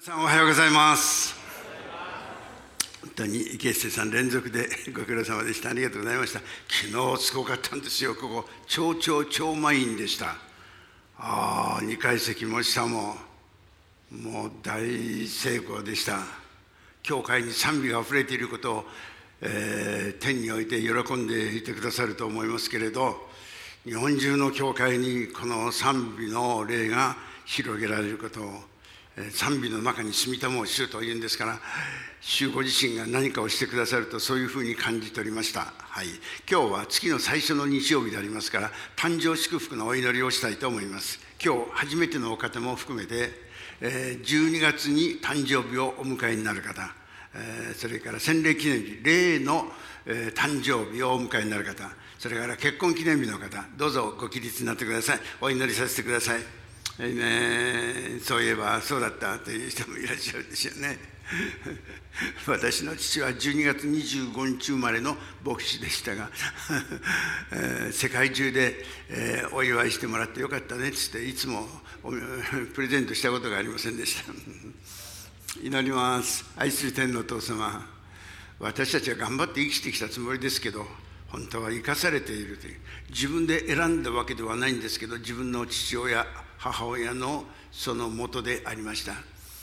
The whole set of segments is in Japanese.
さんおはようございます。本当に池瀬さん連続でご苦労様でした。ありがとうございました。昨日すごかったんですよ。ここ超満員でした。2階席も下ももう大成功でした。教会に賛美があふれていることを、天において喜んでいてくださると思いますけれど、日本中の教会にこの賛美の霊が広げられることを、賛美の中に住みたもう主というんですから、主ご自身が何かをしてくださると、そういうふうに感じておりました。今日は月の最初の日曜日でありますから、誕生祝福のお祈りをしたいと思います。今日初めてのお方も含めて、12月に誕生日をお迎えになる方、それから洗礼記念日、霊の、誕生日をお迎えになる方、それから結婚記念日の方、どうぞご起立になってください。お祈りさせてください。そういえばそうだったという人もいらっしゃるでしょうね。私の父は12月25日生まれの牧師でしたが、世界中で、お祝いしてもらってよかったねって言って、いつもプレゼントしたことがありませんでした。祈ります。愛する天のお父様、私たちは頑張って生きてきたつもりですけど、本当は生かされているという、自分で選んだわけではないんですけど、自分の父親母親のその元でありました。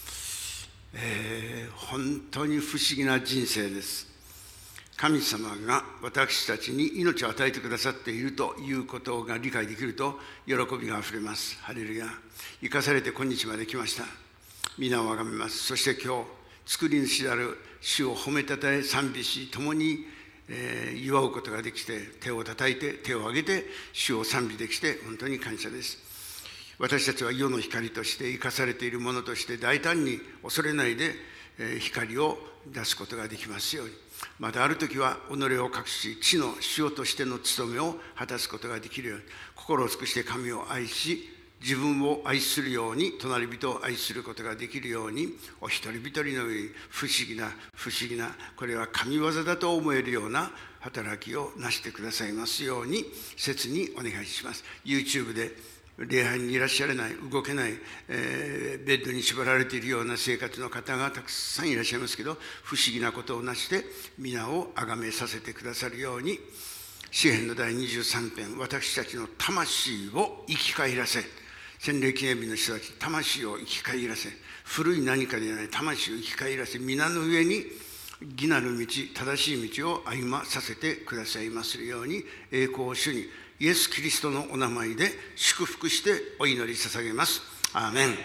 本当に不思議な人生です。神様が私たちに命を与えてくださっているということが理解できると、喜びがあふれます。ハレルヤ。生かされて今日まで来ました。皆をあがめます。そして今日、作り主である主を褒めたたえ賛美し、共に祝うことができて、手を叩いて手を挙げて主を賛美できて本当に感謝です。私たちは世の光として生かされているものとして、大胆に恐れないで光を出すことができますように。またある時は己を隠し、地の塩としての務めを果たすことができるように、心を尽くして神を愛し、自分を愛するように隣人を愛することができるように、お一人一人の上に不思議な、これは神業だと思えるような働きをなしてくださいますように切にお願いします。 YouTube で礼拝にいらっしゃれない、動けない、ベッドに縛られているような生活の方がたくさんいらっしゃいますけど、不思議なことをなして皆を崇めさせてくださるように、詩編の第23編、私たちの魂を生き返らせ、洗礼記念日の人たち、魂を生き返らせ、古い何かではない魂を生き返らせ、皆の上に義なる道、正しい道を歩まさせてくださいますように、栄光を主にイエス・キリストのお名前で祝福してお祈り捧げます。アーメン。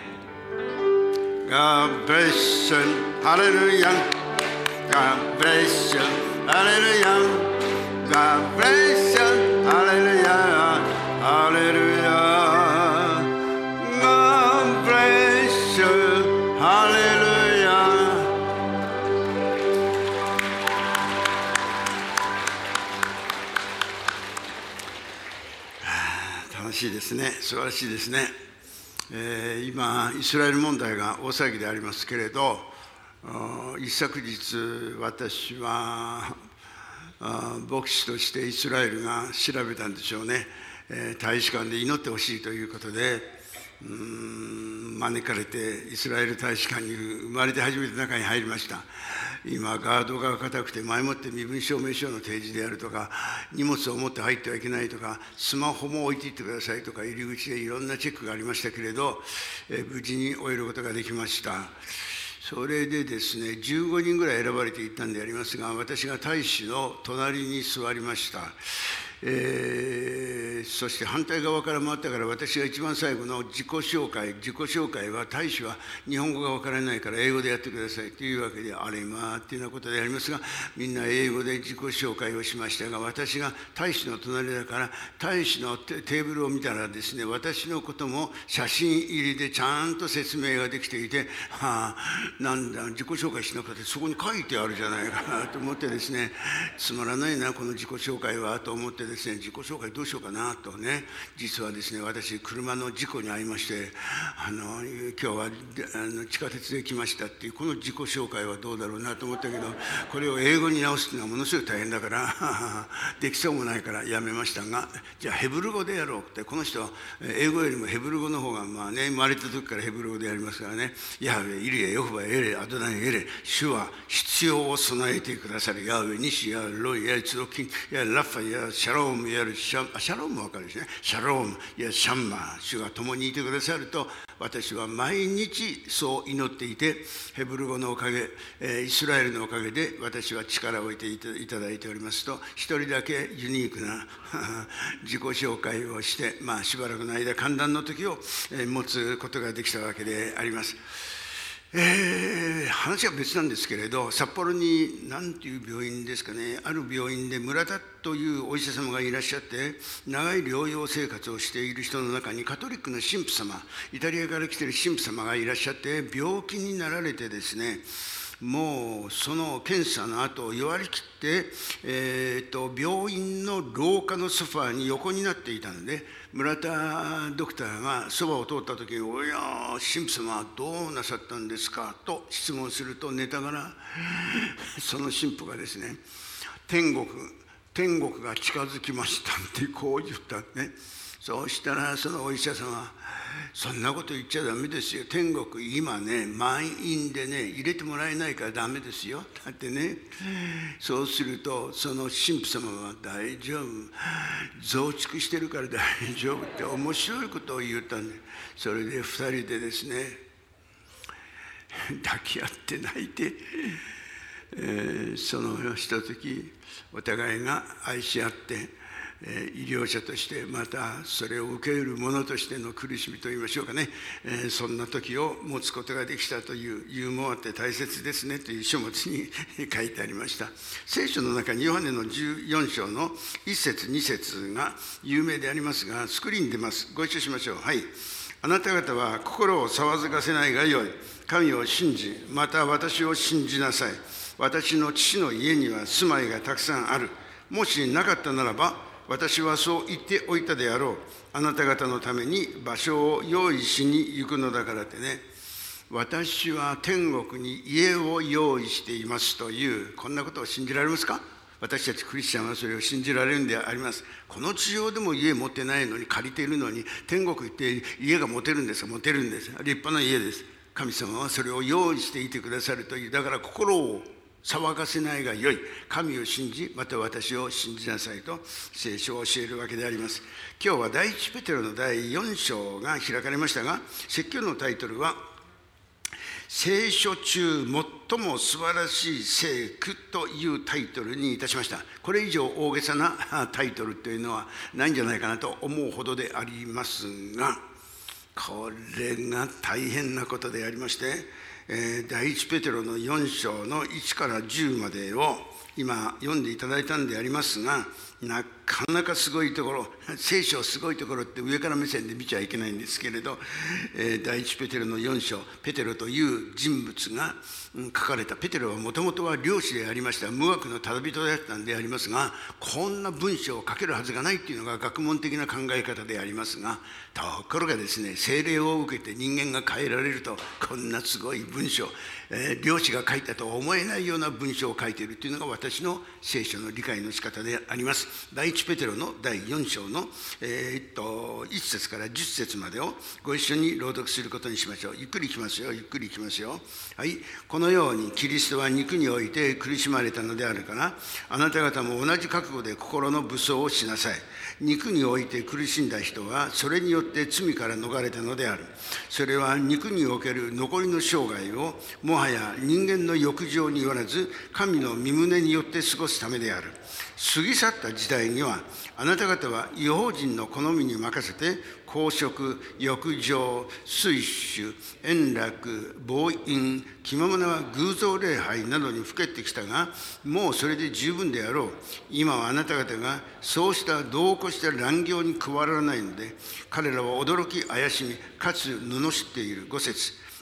God bless you, Hallelujah. God bless you, Hallelujah. God bless you, Hallelujah. Hallelujah. God bless you, Hallelujah. 楽しいですね。素晴らしいですね。今イスラエル問題が大騒ぎでありますけれど、一昨日私は牧師としてイスラエルが調べたんでしょうね。大使館で祈ってほしいということで招かれて、イスラエル大使館に生まれて初めて中に入りました。今ガードが固くて、前もって身分証明書の提示であるとか、荷物を持って入ってはいけないとか、スマホも置いていってくださいとか、入り口でいろんなチェックがありましたけれど、無事に終えることができました。それでですね、15人ぐらい選ばれていったんでありますが、私が大使の隣に座りました。そして反対側から回ったから、私が一番最後の自己紹介は、大使は日本語が分からないから英語でやってくださいというわけで、あれまあっていうようなことでありますが、みんな英語で自己紹介をしましたが、私が大使の隣だから、大使のテーブルを見たらですね、私のことも写真入りでちゃんと説明ができていて、なんだ自己紹介しなくてそこに書いてあるじゃないかなと思ってですね、つまらないなこの自己紹介はと思ってですね、自己紹介どうしようかなとね、実はですね、私、車の事故に遭いまして、今日は地下鉄で来ましたっていう、この自己紹介はどうだろうなと思ったけど、これを英語に直すっていうのはものすごい大変だから、できそうもないからやめましたが、じゃあヘブル語でやろうって、この人は英語よりもヘブル語の方が、まあね、生まれた時からヘブル語でやりますからね、ヤハウェ、イリエ、ヨホバ、エレ、アドナイ、エレ、主は必要を備えてくださる。ヤハウェ、西、ヤロイ、ヤツロキン、ヤラファ、ヤシャローム、ヤルシャロームわかるですね。シャローム、ヤシャンマー、主が共にいてくださると、私は毎日そう祈っていて、ヘブル語のおかげ、イスラエルのおかげで私は力を得ていただいておりますと、一人だけユニークな自己紹介をして、まあ、しばらくの間、歓談の時を持つことができたわけであります。話は別なんですけれど、札幌に何ていう病院ですかね、ある病院で村田というお医者様がいらっしゃって、長い療養生活をしている人の中にカトリックの神父様、イタリアから来ている神父様がいらっしゃって、病気になられてですね、もうその検査の後弱りきって、病院の廊下のソファーに横になっていたので、村田ドクターがそばを通った時に「おや神父様どうなさったんですか?」と質問すると、寝たがらその神父がですね「天国が近づきました」ってこう言ったね。そうしたらそのお医者様、そんなこと言っちゃダメですよ。天国今ね、満員でね、入れてもらえないからダメですよ。だってね、そうすると、その神父様は大丈夫。増築してるから大丈夫って面白いことを言ったんで、それで2人でですね、抱き合って泣いて、そのひととき、お互いが愛し合って、医療者としてまたそれを受け入れる者としての苦しみといいましょうかね、そんな時を持つことができたというユーモアって大切ですねという書物に書いてありました。聖書の中にヨハネの14章の1節2節が有名でありますが、スクリーンに出ます。ご一緒しましょう。はい。あなた方は心を騒がせないがよい。神を信じ、また私を信じなさい。私の父の家には住まいがたくさんある。もしなかったならば私はそう言っておいたであろう。あなた方のために場所を用意しに行くのだからってね。私は天国に家を用意していますという、こんなことを信じられますか？私たちクリスチャンはそれを信じられるんであります。この地上でも家持ってないのに、借りているのに、天国行って家が持てるんですか？持てるんです。立派な家です。神様はそれを用意していてくださるという。だから心を騒がせないがよい。神を信じ、また私を信じなさいと聖書を教えるわけであります。今日は第一ペテロの第4章が開かれましたが、説教のタイトルは聖書中最も素晴らしい聖句というタイトルにいたしました。これ以上大げさなタイトルというのはないんじゃないかなと思うほどでありますが、これが大変なことでありまして、第一ペテロの4章の1から10までを今読んでいただいたんでありますが、なかなかすごいところ、聖書すごいところって上から目線で見ちゃいけないんですけれど、第一ペテロの4章、ペテロという人物が書かれた。ペテロはもともとは漁師でありました。無学の旅人だったんでありますが、こんな文章を書けるはずがないっていうのが学問的な考え方でありますが、ところがですね、聖霊を受けて人間が変えられると、こんなすごい文章、漁師が書いたとは思えないような文章を書いているというのが私の聖書の理解の仕方であります。第一ペテロの第4章の、1節から10節までをご一緒に朗読することにしましょう。ゆっくりいきますよ。ゆっくりいきますよ。はい。このようにキリストは肉において苦しまれたのであるから、あなた方も同じ覚悟で心の武装をしなさい。肉において苦しんだ人はそれによって罪から逃れたのである。それは肉における残りの生涯をもはや人間の欲情によらず神の御胸によって過ごすためである。過ぎ去った時代にはあなた方は異邦人の好みに任せて公職、欲情、水酒、円楽、暴飲、気ままな偶像礼拝などにふけってきたが、もうそれで十分であろう。今はあなた方がそうした度を越した乱行に加わらないので、彼らは驚き怪しみかつ罵っている。5節。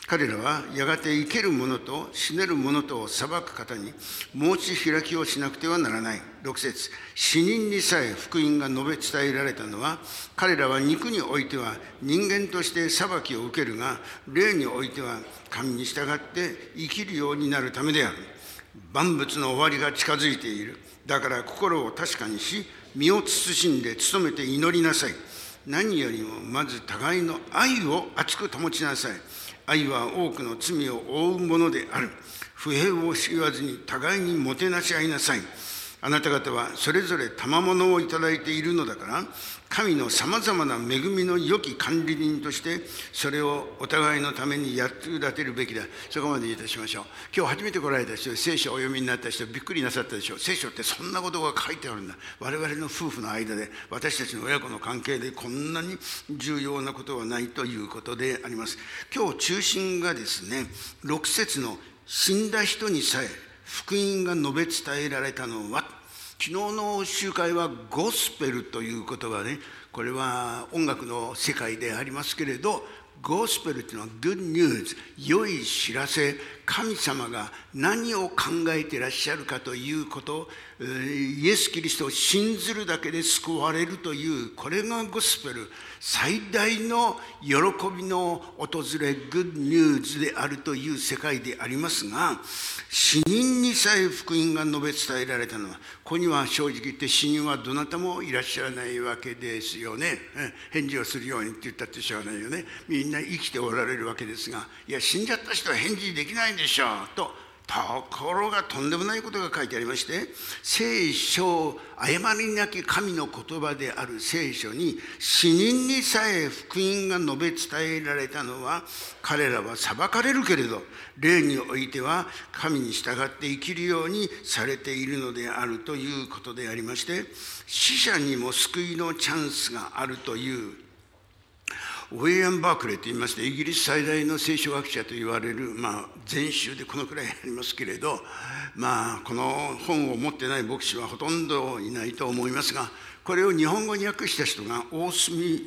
彼らはやがて生ける者と死ねる者とを裁く方に申し開きをしなくてはならない。6節、死人にさえ福音が述べ伝えられたのは、彼らは肉においては人間として裁きを受けるが、霊においては神に従って生きるようになるためである。万物の終わりが近づいている。だから心を確かにし、身を慎んで努めて祈りなさい。何よりもまず互いの愛を熱く保ちなさい。愛は多くの罪を負うものである。不平を言わずに互いにもてなし合いなさい。あなた方はそれぞれ賜物をいただいているのだから、神のさまざまな恵みの良き管理人として、それをお互いのために役立てるべきだ。そこまでいたしましょう。今日初めて来られた人、聖書をお読みになった人、びっくりなさったでしょう。聖書ってそんなことが書いてあるんだ。我々の夫婦の間で、私たちの親子の関係でこんなに重要なことはないということであります。今日中心がですね、6節の死んだ人にさえ福音が述べ伝えられたのは、昨日の集会はゴスペルという言葉ね、これは音楽の世界でありますけれど、ゴスペルというのは Good News、良い知らせ、神様が何を考えていらっしゃるかということ、イエス・キリストを信ずるだけで救われるという、これがゴスペル、最大の喜びの訪れ、Good News であるという世界でありますが、死人にさえ福音が述べ伝えられたのは、ここには正直言って死人はどなたもいらっしゃらないわけですよね。返事をするようにって言ったってしょうがないよね。みんな生きておられるわけですが、いや死んじゃった人は返事できないんでしょうと。ところがとんでもないことが書いてありまして、聖書、誤りなき神の言葉である聖書に、死人にさえ福音が述べ伝えられたのは、彼らは裁かれるけれど、霊においては神に従って生きるようにされているのであるということでありまして、死者にも救いのチャンスがあるという、ウィリアム・バークレーといいまして、イギリス最大の聖書学者と言われる、全集でこのくらいありますけれど、この本を持ってない牧師はほとんどいないと思いますが、これを日本語に訳した人が大隅、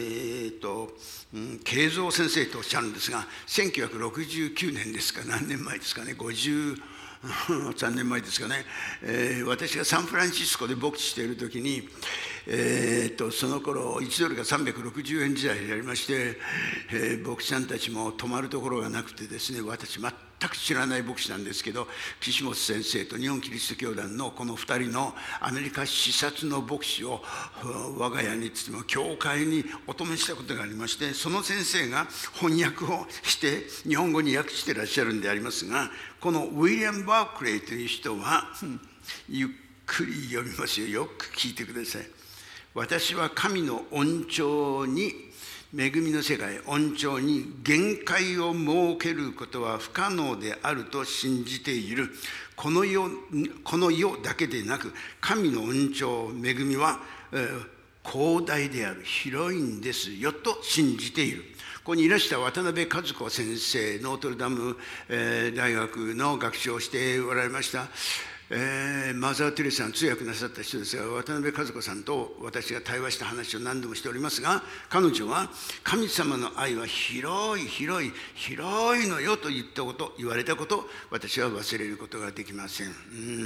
慶三先生とおっしゃるんですが、1969年ですか、何年前ですかね、53年前ですかね、私がサンフランシスコで牧師している時に、その頃1ドルが360円時代でありまして、牧師さんたちも泊まるところがなくてですね、私全く知らない牧師なんですけど、岸本先生と日本キリスト教団のこの2人のアメリカ視察の牧師を我が家につっても教会にお泊めしたことがありまして、その先生が翻訳をして日本語に訳してらっしゃるんでありますが、このウィリアム・バークレーという人はゆっくり読みますよ。よく聞いてください。私は神の恩寵に、恵みの世界、恩寵に限界を設けることは不可能であると信じている。この世だけでなく、神の恩寵、恵みは、広大である、広いんですよと信じている。ここにいらした渡辺和子先生、ノートルダム、大学の学長をしておられました。マザー・テレサの通訳なさった人ですが、渡辺和子さんと私が対話した話を何度もしておりますが、彼女は神様の愛は広い広い広いのよと言われたこと、私は忘れることができません。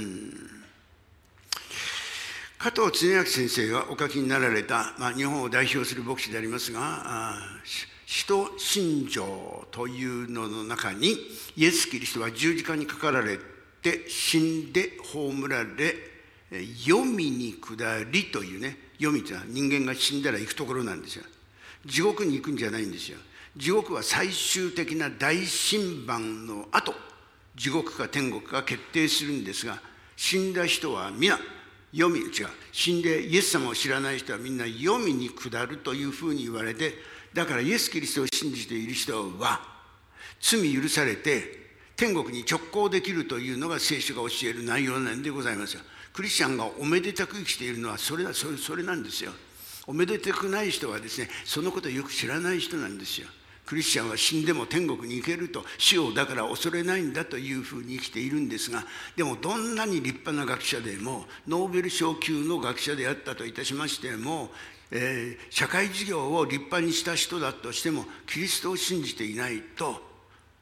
加藤恒明先生がお書きになられた、日本を代表する牧師でありますが、使徒信条というのの中に、イエス・キリストは十字架にかかられて死んで葬られ、黄泉に下りというね、黄泉というのは人間が死んだら行くところなんですよ。地獄に行くんじゃないんですよ。地獄は最終的な大審判の後、地獄か天国か決定するんですが、死んだ人は皆死んでイエス様を知らない人はみんな黄泉に下るというふうに言われて、だからイエス・キリストを信じている人は罪許されて天国に直行できるというのが聖書が教える内容なんでございますよ。クリスチャンがおめでたく生きているのはそれなんですよ。おめでたくない人はですね、そのことをよく知らない人なんですよ。クリスチャンは死んでも天国に行けると、死をだから恐れないんだというふうに生きているんですが、でもどんなに立派な学者でも、ノーベル賞級の学者であったといたしましても、社会事業を立派にした人だとしても、キリストを信じていないと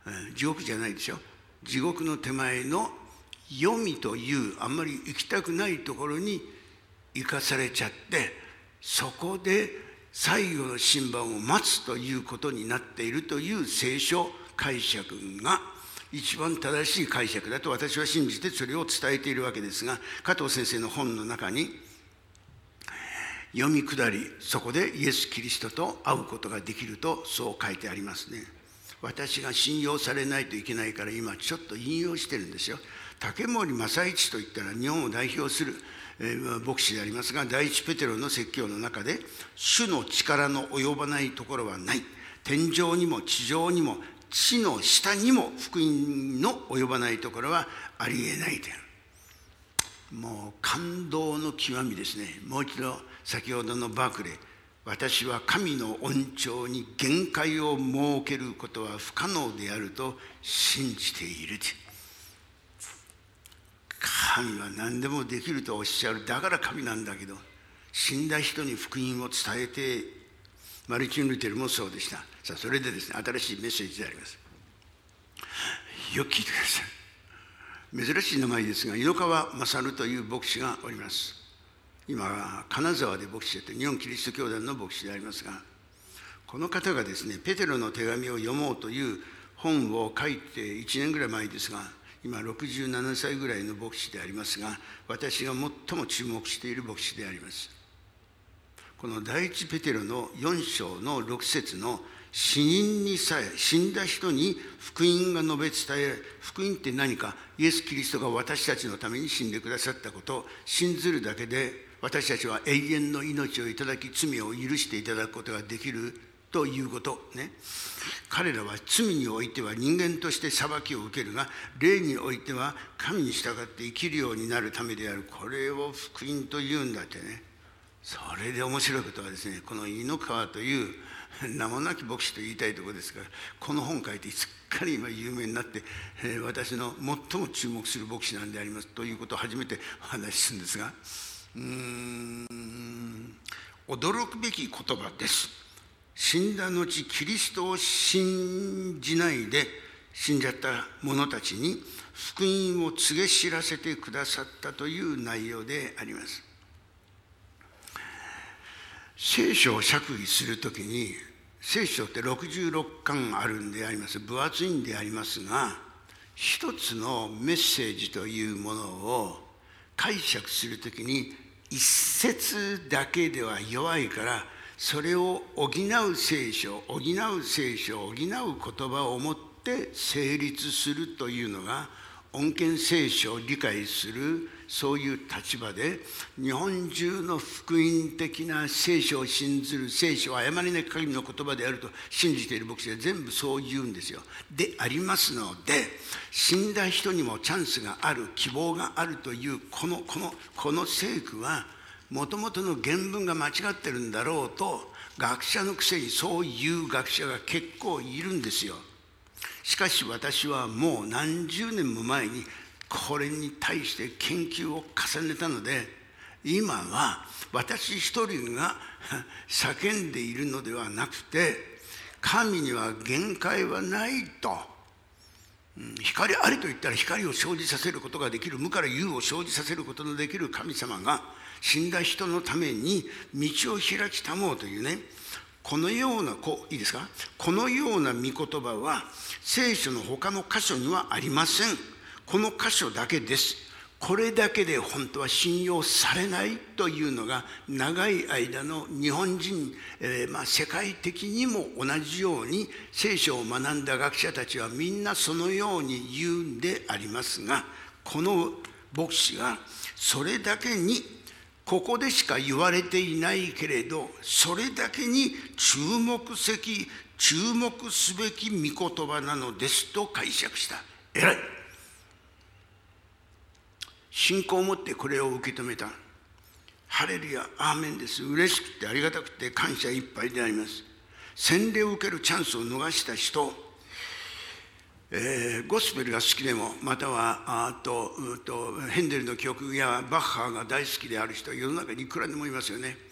地獄じゃないでしょ。地獄の手前の黄泉というあんまり行きたくないところに行かされちゃって、そこで最後の審判を待つということになっているという聖書解釈が一番正しい解釈だと私は信じてそれを伝えているわけですが、加藤先生の本の中に読み下り、そこでイエス・キリストと会うことができるとそう書いてありますね。私が信用されないといけないから今ちょっと引用してるんですよ。竹森正一といったら日本を代表する牧師でありますが、第一ペテロの説教の中で、主の力の及ばないところはない、天上にも地上にも地の下にも福音の及ばないところはありえないという、もう感動の極みですね。もう一度先ほどのバークレー、私は神の恩寵に限界を設けることは不可能であると信じている。神は何でもできるとおっしゃる。だから神なんだけど、死んだ人に福音を伝えて、マルチン・ルテルもそうでした。さあ、それでですね、新しいメッセージであります。よく聞いてください。珍しい名前ですが、井ノ川勝という牧師がおります。今金沢で牧師やって日本キリスト教団の牧師でありますが、この方がですね、ペテロの手紙を読もうという本を書いて1年ぐらい前ですが、今67歳ぐらいの牧師でありますが、私が最も注目している牧師であります。この第一ペテロの4章の6節の死人にさえ、死んだ人に福音が述べ伝え、福音って何か、イエス・キリストが私たちのために死んでくださったことを信ずるだけで、私たちは永遠の命をいただき、罪を許していただくことができるということね。彼らは罪においては人間として裁きを受けるが、霊においては神に従って生きるようになるためである。これを福音というんだってね。それで面白いことはですね、この井ノ川という名もなき牧師と言いたいところですから、この本書いてすっかり今有名になって、私の最も注目する牧師なんでありますということを初めてお話しするんですが、驚くべき言葉です。死んだ後キリストを信じないで死んじゃった者たちに福音を告げ知らせてくださったという内容であります。聖書を釈義するときに、聖書って66巻あるんであります。分厚いんでありますが、一つのメッセージというものを解釈するときに一節だけでは弱いから、それを補う聖書、補う言葉を持って成立するというのが恩恵聖書を理解する、そういう立場で、日本中の福音的な聖書を信ずる、聖書は誤りなき神の言葉であると信じている牧師は全部そう言うんですよ。でありますので、死んだ人にもチャンスがある、希望があるというこの聖句はもともとの原文が間違ってるんだろうと、学者のくせにそういう学者が結構いるんですよ。しかし私はもう何十年も前にこれに対して研究を重ねたので、今は私一人が叫んでいるのではなくて、神には限界はないと。光ありと言ったら光を生じさせることができる、無から有を生じさせることのできる神様が死んだ人のために道を開きたもうというね、このような、いいですか、このような御言葉は聖書の他の箇所にはありません。この箇所だけです。これだけで本当は信用されないというのが長い間の日本人、世界的にも同じように聖書を学んだ学者たちはみんなそのように言うんでありますが、この牧師がそれだけに、ここでしか言われていないけれど、それだけに注目すべき御言葉なのですと解釈した。偉い。信仰を持ってこれを受け止めた。ハレルヤ、アーメンです。嬉しくてありがたくて感謝いっぱいであります。洗礼を受けるチャンスを逃した人、ゴスペルが好きでも、またはヘンデルの曲やバッハが大好きである人、世の中にいくらでもいますよね。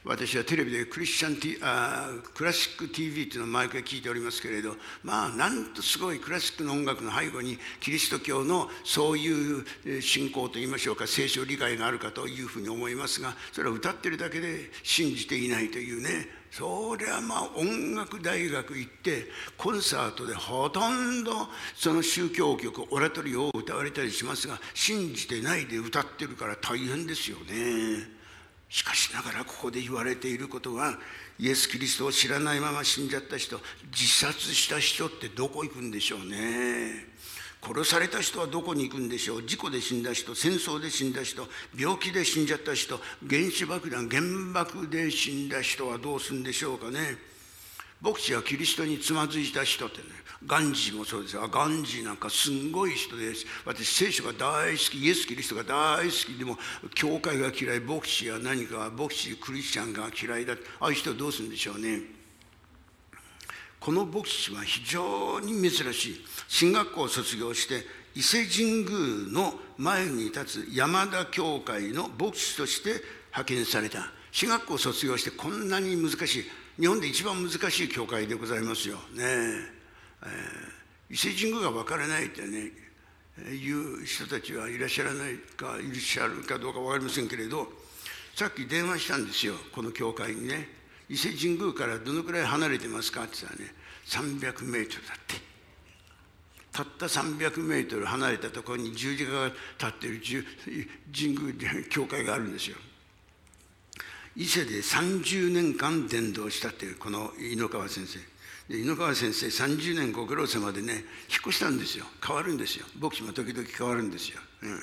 私はテレビでクラシック TV というのを毎回聞いておりますけれど、なんとすごいクラシックの音楽の背後にキリスト教のそういう信仰といいましょうか、聖書理解があるかというふうに思いますが、それは歌ってるだけで信じていないというね。そりゃ音楽大学行ってコンサートでほとんどその宗教曲オラトリオを歌われたりしますが、信じてないで歌ってるから大変ですよね。しかしながらここで言われていることは、イエス・キリストを知らないまま死んじゃった人、自殺した人ってどこ行くんでしょうね。殺された人はどこに行くんでしょう。事故で死んだ人、戦争で死んだ人、病気で死んじゃった人、原子爆弾、原爆で死んだ人はどうするんでしょうかね。牧師はキリストにつまずいた人ってね、ガンジーもそうですが、ガンジーなんかすんごい人です。私、聖書が大好き、イエス・キリストが大好きでも、教会が嫌い、牧師や何か、牧師、クリスチャンが嫌いだ、ああいう人はどうするんでしょうね。この牧師は非常に珍しい。神学校を卒業して、伊勢神宮の前に立つ山田教会の牧師として派遣された。神学校を卒業してこんなに難しい。日本で一番難しい教会でございますよね。伊勢神宮が分からないってね、いう人たちはいらっしゃらないか、いらっしゃるかどうか分かりませんけれど、さっき電話したんですよ、この教会にね。伊勢神宮からどのくらい離れてますかって言ったらね、300メートルだって。たった300メートル離れたところに十字架が立っている神宮教会があるんですよ。伊勢で30年間伝道したっていうこの井ノ川先生で、井ノ川先生30年ご苦労様でね、引っ越したんですよ。変わるんですよ。牧師も時々変わるんですよ。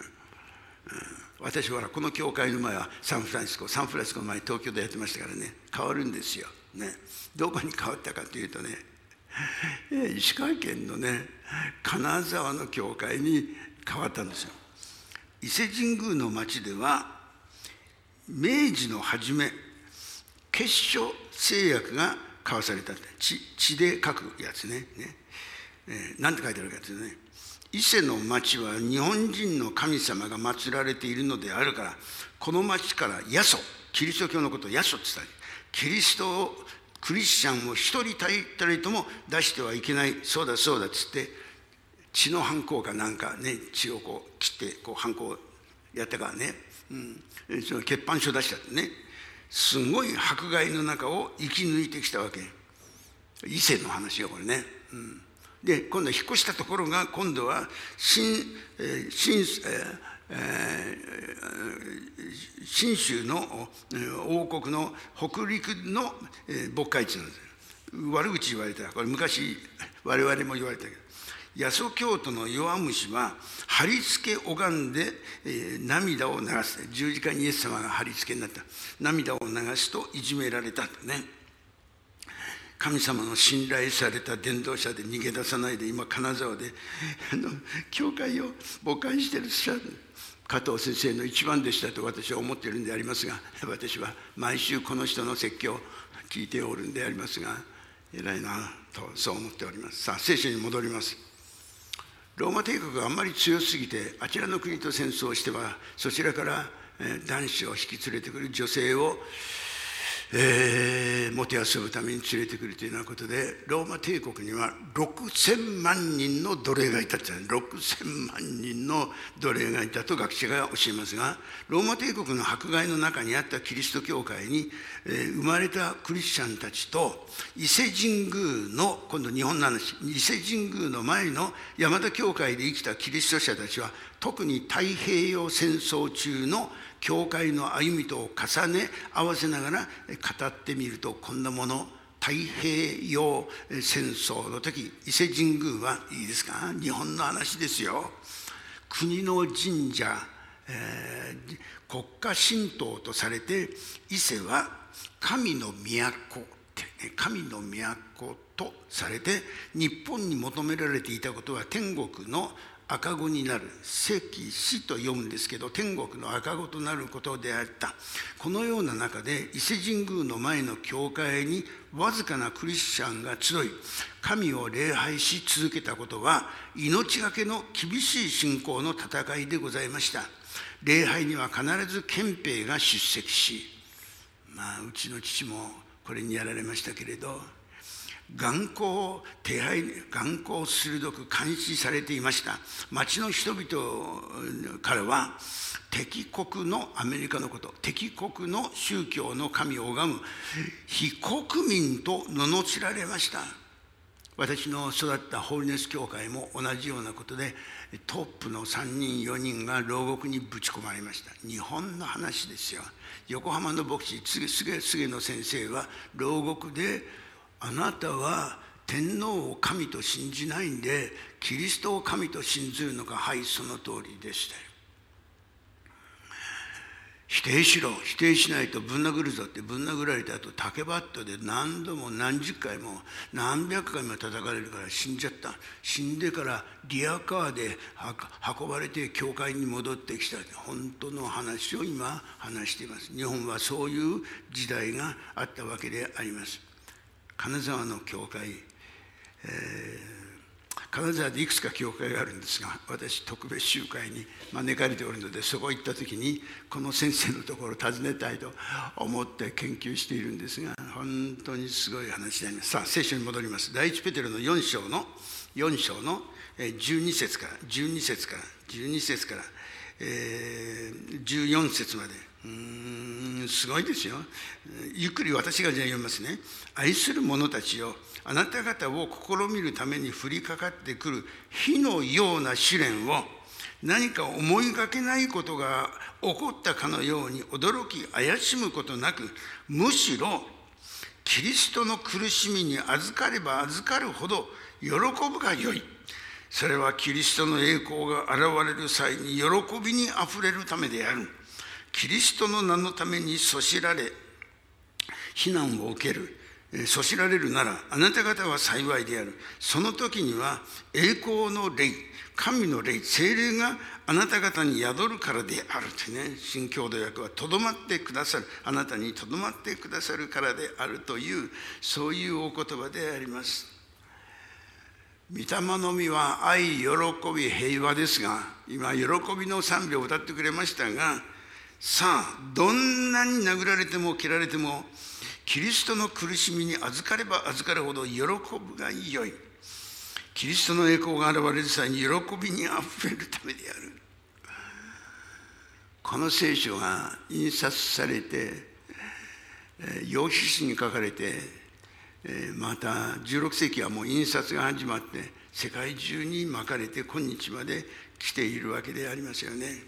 私はこの教会の前はサンフランシスコの前東京でやってましたからね、変わるんですよ、ね。どこに変わったかというとね、石川県のね、金沢の教会に変わったんですよ。伊勢神宮の町では明治の初め、結書誓約が交わされたって、血で書くやつね。なんて書いてあるかですね。伊勢の町は日本人の神様が祀られているのであるから、この町からヤソ、キリスト教のことをヤソって言ったり、キリスチャンを一人たりとも出してはいけない、そうだそうだっつって、血の反抗かなんかね、血をこう切ってこう反抗やったからね、その欠板書出したってね、すごい迫害の中を生き抜いてきたわけ。伊勢の話よこれね。で今度は引っ越したところが、今度は信州の王国の北陸の牧会地なんですよ。悪口言われた。これ昔我々も言われたけど、八十教徒の弱虫は貼り付け拝んで涙を流す。十字架にイエス様が貼り付けになった。涙を流すといじめられたとね。神様の信頼された伝道者で逃げ出さないで、今金沢で教会を牧会している加藤先生の一番弟子だと私は思っているんでありますが、私は毎週この人の説教を聞いておるんでありますが、偉いなとそう思っております。さあ聖書に戻ります。ローマ帝国があんまり強すぎて、あちらの国と戦争してはそちらから男子を引き連れてくる、女性をもてあそぶために連れてくるというようなことで、ローマ帝国には6000万人の奴隷がいたって6000万人の奴隷がいたと学者が教えますが、ローマ帝国の迫害の中にあったキリスト教会に生まれたクリスチャンたちと、伊勢神宮の、今度日本の話、伊勢神宮の前の山田教会で生きたキリスト者たちは、特に太平洋戦争中の教会の歩みとを重ね合わせながら語ってみると、こんなもの。太平洋戦争の時、伊勢神宮はいいですか、日本の話ですよ。国の神社、国家神道とされて、伊勢は神の都ってね、神の都とされて、日本に求められていたことは天国の赤子になる、赤子と読むんですけど、天国の赤子となることであった。このような中で伊勢神宮の前の教会にわずかなクリスチャンが集い、神を礼拝し続けたことは、命がけの厳しい信仰の戦いでございました。礼拝には必ず憲兵が出席し、 うちの父もこれにやられましたけれど、眼光を鋭く監視されていました。町の人々からは敵国のアメリカのこと、敵国の宗教の神を拝む非国民と罵られました。私の育ったホーリネス教会も同じようなことで、トップの3人4人が牢獄にぶち込まれました。日本の話ですよ。横浜の牧師菅野先生は牢獄で、あなたは天皇を神と信じないんでキリストを神と信ずるのか。はい、その通りでしたよ。否定しろ、否定しないとぶん殴るぞってぶん殴られた後、竹バットで何度も何十回も何百回も叩かれるから死んじゃった。死んでからリアカーで運ばれて教会に戻ってきた。本当の話を今話しています。日本はそういう時代があったわけであります。金沢の教会、金沢でいくつか教会があるんですが、私特別集会に招かれておるので、そこ行った時にこの先生のところを訪ねたいと思って研究しているんですが、本当にすごい話であります。さあ、聖書に戻ります。第一ペテロの4章の12節から14節まで。すごいですよ。ゆっくり私がじゃあ読みますね。愛する者たちよ、あなた方を試みるために降りかかってくる火のような試練を、何か思いがけないことが起こったかのように驚き怪しむことなく、むしろキリストの苦しみに預かれば預かるほど喜ぶがよい。それはキリストの栄光が現れる際に喜びにあふれるためである。キリストの名のためにそしられ非難を受ける、そしられるならあなた方は幸いである。その時には栄光の霊、神の霊、聖霊があなた方に宿るからであるってね。新共同訳はとどまってくださる、あなたにとどまってくださるからであるという、そういうお言葉であります。御霊の実は愛、喜び、平和ですが、今喜びの賛美を歌ってくれましたが、さあ、どんなに殴られても蹴られてもキリストの苦しみに預かれば預かるほど喜ぶがよい。キリストの栄光が現れる際に喜びにあふれるためである。この聖書が印刷されて、楊筆紙に書かれて、また16世紀はもう印刷が始まって世界中にまかれて今日まで来ているわけでありますよね。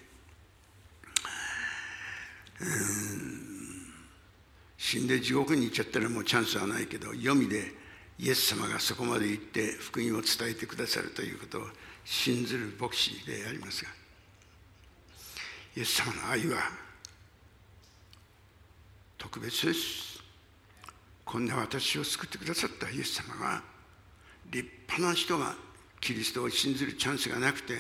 死んで地獄に行っちゃったらもうチャンスはないけど、読みでイエス様がそこまで行って福音を伝えてくださるということを信ずる牧師でありますが、イエス様の愛は特別です。こんな私を救ってくださったイエス様が、立派な人がキリストを信ずるチャンスがなくて、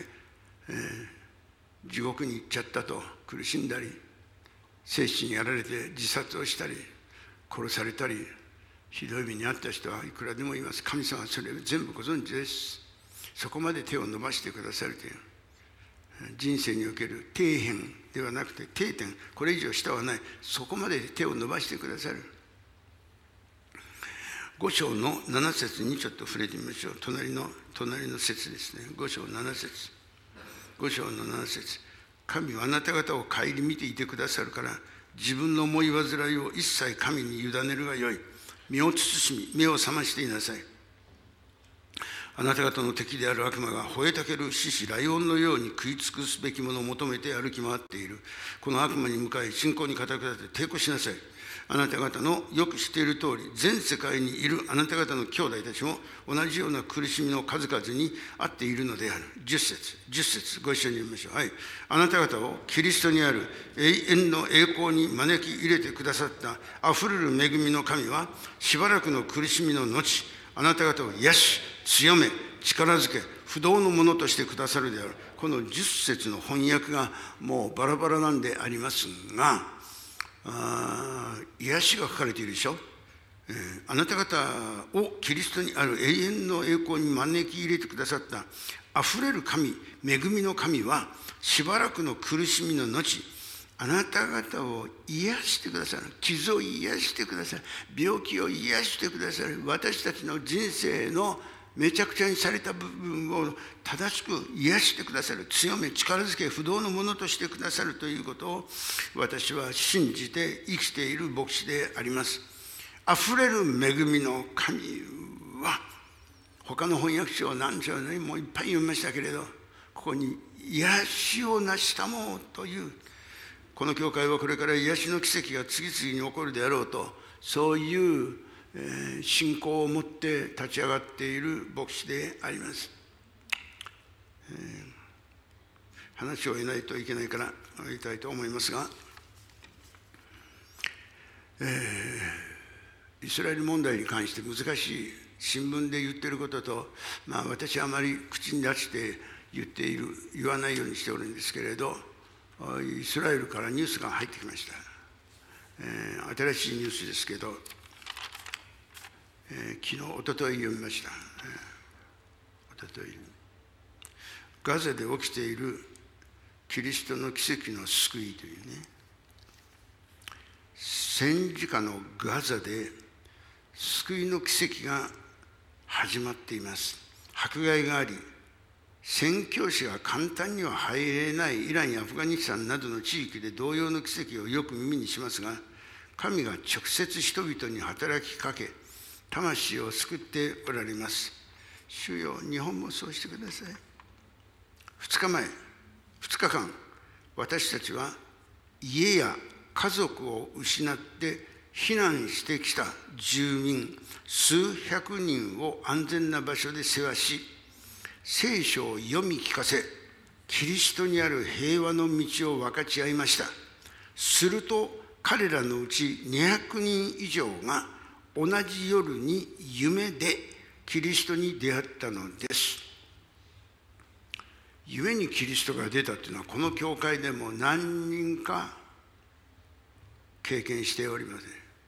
地獄に行っちゃったと苦しんだり、精神にやられて自殺をしたり殺されたり、ひどい目に遭った人はいくらでもいます。神様はそれを全部ご存知です。そこまで手を伸ばしてくださるという、人生における底辺ではなくて底点、これ以上下はない、そこまで手を伸ばしてくださる。5章の7節にちょっと触れてみましょう。隣の節ですね。5章7節。5章の7節。神はあなた方を顧みていてくださるから、自分の思い煩いを一切神に委ねるがよい。身を慎み、目を覚ましていなさい。あなた方の敵である悪魔が吠えたける獅子、ライオンのように食い尽くすべきものを求めて歩き回っている。この悪魔に向かい信仰に固く立て抵抗しなさい。あなた方のよく知っている通り、全世界にいるあなた方の兄弟たちも同じような苦しみの数々にあっているのである。10節ご一緒に読みましょう。はい。あなた方をキリストにある永遠の栄光に招き入れてくださったあふれる恵みの神は、しばらくの苦しみの後、あなた方を癒し、強め、力づけ、不動のものとしてくださるである。この10節の翻訳がもうバラバラなんでありますが、癒しが書かれているでしょ。あなた方をキリストにある永遠の栄光に招き入れてくださったあふれる神、恵みの神は、しばらくの苦しみの後、 あなた方を癒してくださる、傷を癒してくださる、病気を癒してくださる、私たちの人生のめちゃくちゃにされた部分を正しく癒してくださる、強め力づけ不動のものとしてくださるということを私は信じて生きている牧師であります。あふれる恵みの神は、他の翻訳書を何章にもいっぱい読みましたけれど、ここに癒しを成したもうという、この教会はこれから癒しの奇跡が次々に起こるであろうと、そういう信仰を持って立ち上がっている牧師であります。話を得ないといけないから言いたいと思いますが、イスラエル問題に関して難しい新聞で言っていることと、私はあまり口に出して言わないようにしておるんですけれど、イスラエルからニュースが入ってきました。新しいニュースですけど、昨日、おととい読みました。おととい。ガザで起きているキリストの奇跡の救いというね、戦時下のガザで救いの奇跡が始まっています。迫害があり、宣教師が簡単には入れないイランやアフガニスタンなどの地域で同様の奇跡をよく耳にしますが、神が直接人々に働きかけ、魂を救っておられます。主よ、日本もそうしてください。2日間、私たちは家や家族を失って避難してきた住民数百人を安全な場所で世話し、聖書を読み聞かせ、キリストにある平和の道を分かち合いました。すると彼らのうち200人以上が同じ夜に夢でキリストに出会ったのです。夢にキリストが出たというのは、この教会でも何人か経験しておりません。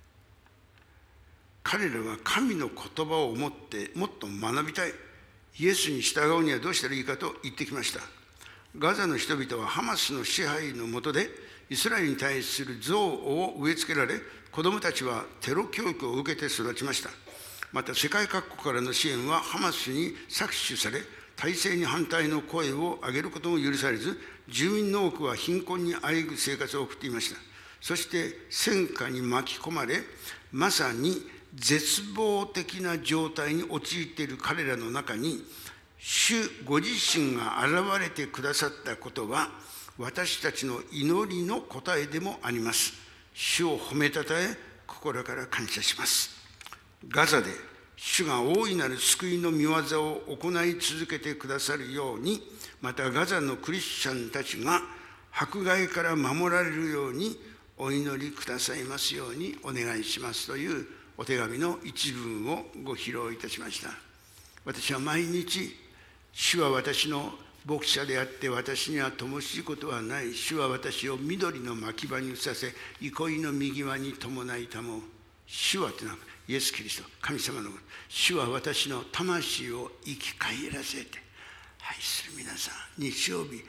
彼らは神の言葉を持ってもっと学びたい、イエスに従うにはどうしたらいいかと言ってきました。ガザの人々はハマスの支配の下でイスラエルに対する憎悪を植え付けられ、子どもたちはテロ教育を受けて育ちました。また世界各国からの支援はハマスに搾取され、体制に反対の声を上げることも許されず、住民の多くは貧困にあえぐ生活を送っていました。そして戦火に巻き込まれ、まさに絶望的な状態に陥っている彼らの中に、主ご自身が現れてくださったことは、私たちの祈りの答えでもあります。主を褒めたたえ、心から感謝します。ガザで主が大いなる救いの御業を行い続けてくださるように、またガザのクリスチャンたちが迫害から守られるようにお祈りくださいますようにお願いしますというお手紙の一文をご披露いたしました。私は毎日、主は私の牧者であって私には乏しいことはない。主は私を緑の牧場に移させ、憩いの右輪に伴いたもう。主はというのはイエス・キリスト、神様のこと。主は私の魂を生き返らせて、愛する皆さん、日曜日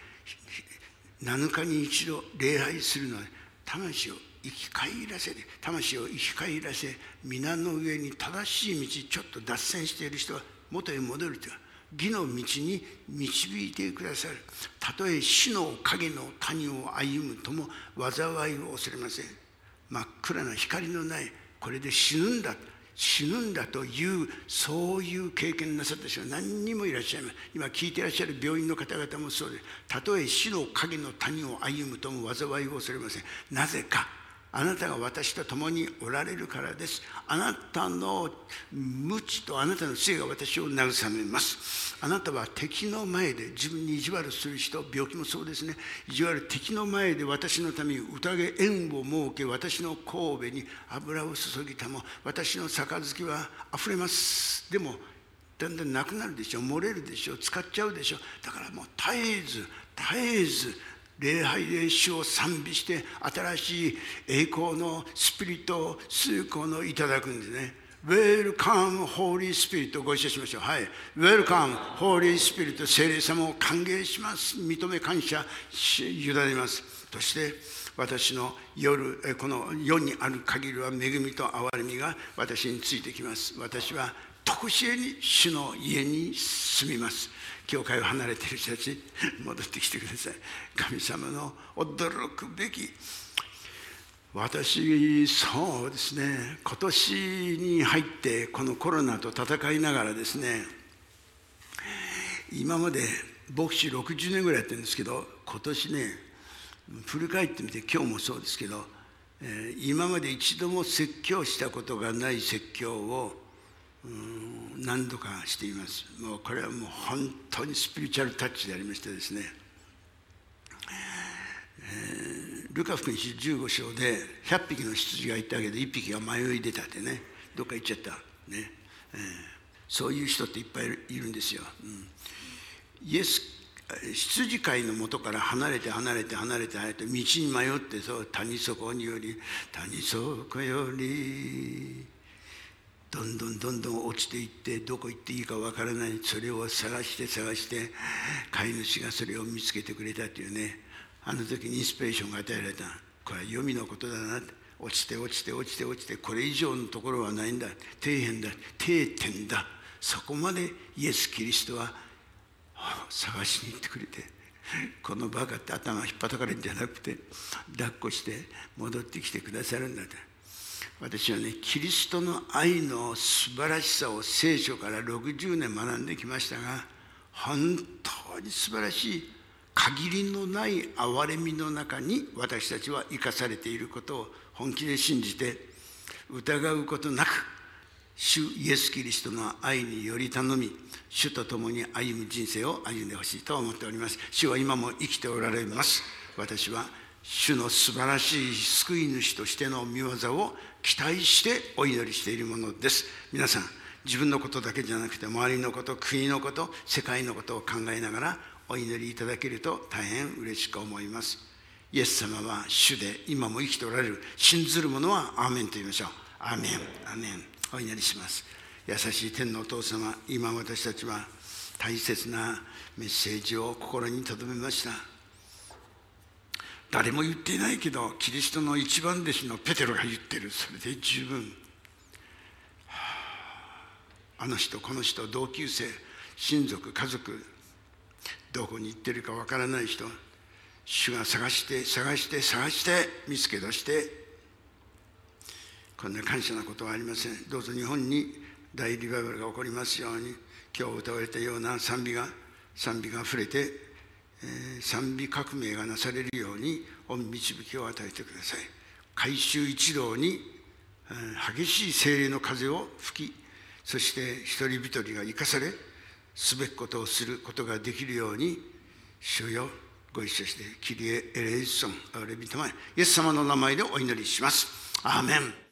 7日に一度礼拝するのは、魂を生き返らせて、魂を生き返らせ、皆の上に正しい道、ちょっと脱線している人は元へ戻るという、義の道に導いてくださる。たとえ死の影の谷を歩むとも災いを恐れません。真っ暗な光のない、これで死ぬんだという、そういう経験なさった人は何人もいらっしゃいます。今聞いていらっしゃる病院の方々もそうです。たとえ死の影の谷を歩むとも災いを恐れません。なぜか、あなたが私と共におられるからです。あなたの無知とあなたの杖が私を慰めます。あなたは敵の前で自分に意地悪する人、病気もそうですね。意地悪、敵の前で私のために宴宴を設け、私の頭に油を注ぎたも、私の杯はあふれます。でもだんだんなくなるでしょ、漏れるでしょ、使っちゃうでしょ。だからもう絶えず礼拝で主を賛美して、新しい栄光のスピリットを崇高のいただくんですね。Welcome Holy Spirit ご一緒しましょう。はい。Welcome Holy Spirit、聖霊様を歓迎します。認め感謝委ねます。そして私の夜、この世にある限りは恵みと憐れみが私についてきます。私は常しえに主の家に住みます。教会を離れている人たち、戻ってきてください。神様の驚くべき、私、そうですね、今年に入ってこのコロナと戦いながらですね、今まで牧師60年ぐらいやってるんですけど、今年ね、振り返ってみて、今日もそうですけど、今まで一度も説教したことがない説教を何度かしています。もうこれはもう本当にスピリチュアルタッチでありましてですね、ルカ福音書15章で100匹の羊がいたけど1匹が迷い出たってね、どっか行っちゃったね、そういう人っていっぱいいるんですよ。イエス羊飼いの元から離れて道に迷って、そう谷底よりどんどん落ちていって、どこ行っていいかわからない、それを探して飼い主がそれを見つけてくれたというね、あの時にインスピレーションが与えられた。これは黄泉のことだな。落ちてこれ以上のところはないんだ。底点だ。そこまでイエス・キリストは探しに行ってくれて、このバカって頭が引っ叩かれるんじゃなくて、抱っこして戻ってきてくださるんだと。私はね、キリストの愛の素晴らしさを聖書から60年学んできましたが、本当に素晴らしい限りのない憐れみの中に私たちは生かされていることを本気で信じて、疑うことなく主イエス・キリストの愛により頼み、主と共に歩む人生を歩んでほしいと思っております。主は今も生きておられます。私は主の素晴らしい救い主としての御業を期待してお祈りしているものです。皆さん、自分のことだけじゃなくて、周りのこと、国のこと、世界のことを考えながらお祈りいただけると大変嬉しく思います。イエス様は主で今も生きておられる。信ずる者はアーメンと言いましょう。アーメン、アーメン。お祈りします。優しい天のお父様、今私たちは大切なメッセージを心に留めました。誰も言っていないけど、キリストの一番弟子のペテロが言ってる。それで十分。あの人この人、同級生、親族、家族、どこに行ってるかわからない人、主が探して見つけ出して、こんな感謝なことはありません。どうぞ日本に大リバイバルが起こりますように、今日歌われたような賛美が溢れて、賛美革命がなされるように御導きを与えてください。改宗一同に激しい聖霊の風を吹き、そして一人一人が生かされ、すべきことをすることができるように、主よご一緒して、キリエ・エレイソン、アレビトマイ、イエス様の名前でお祈りします。アーメン。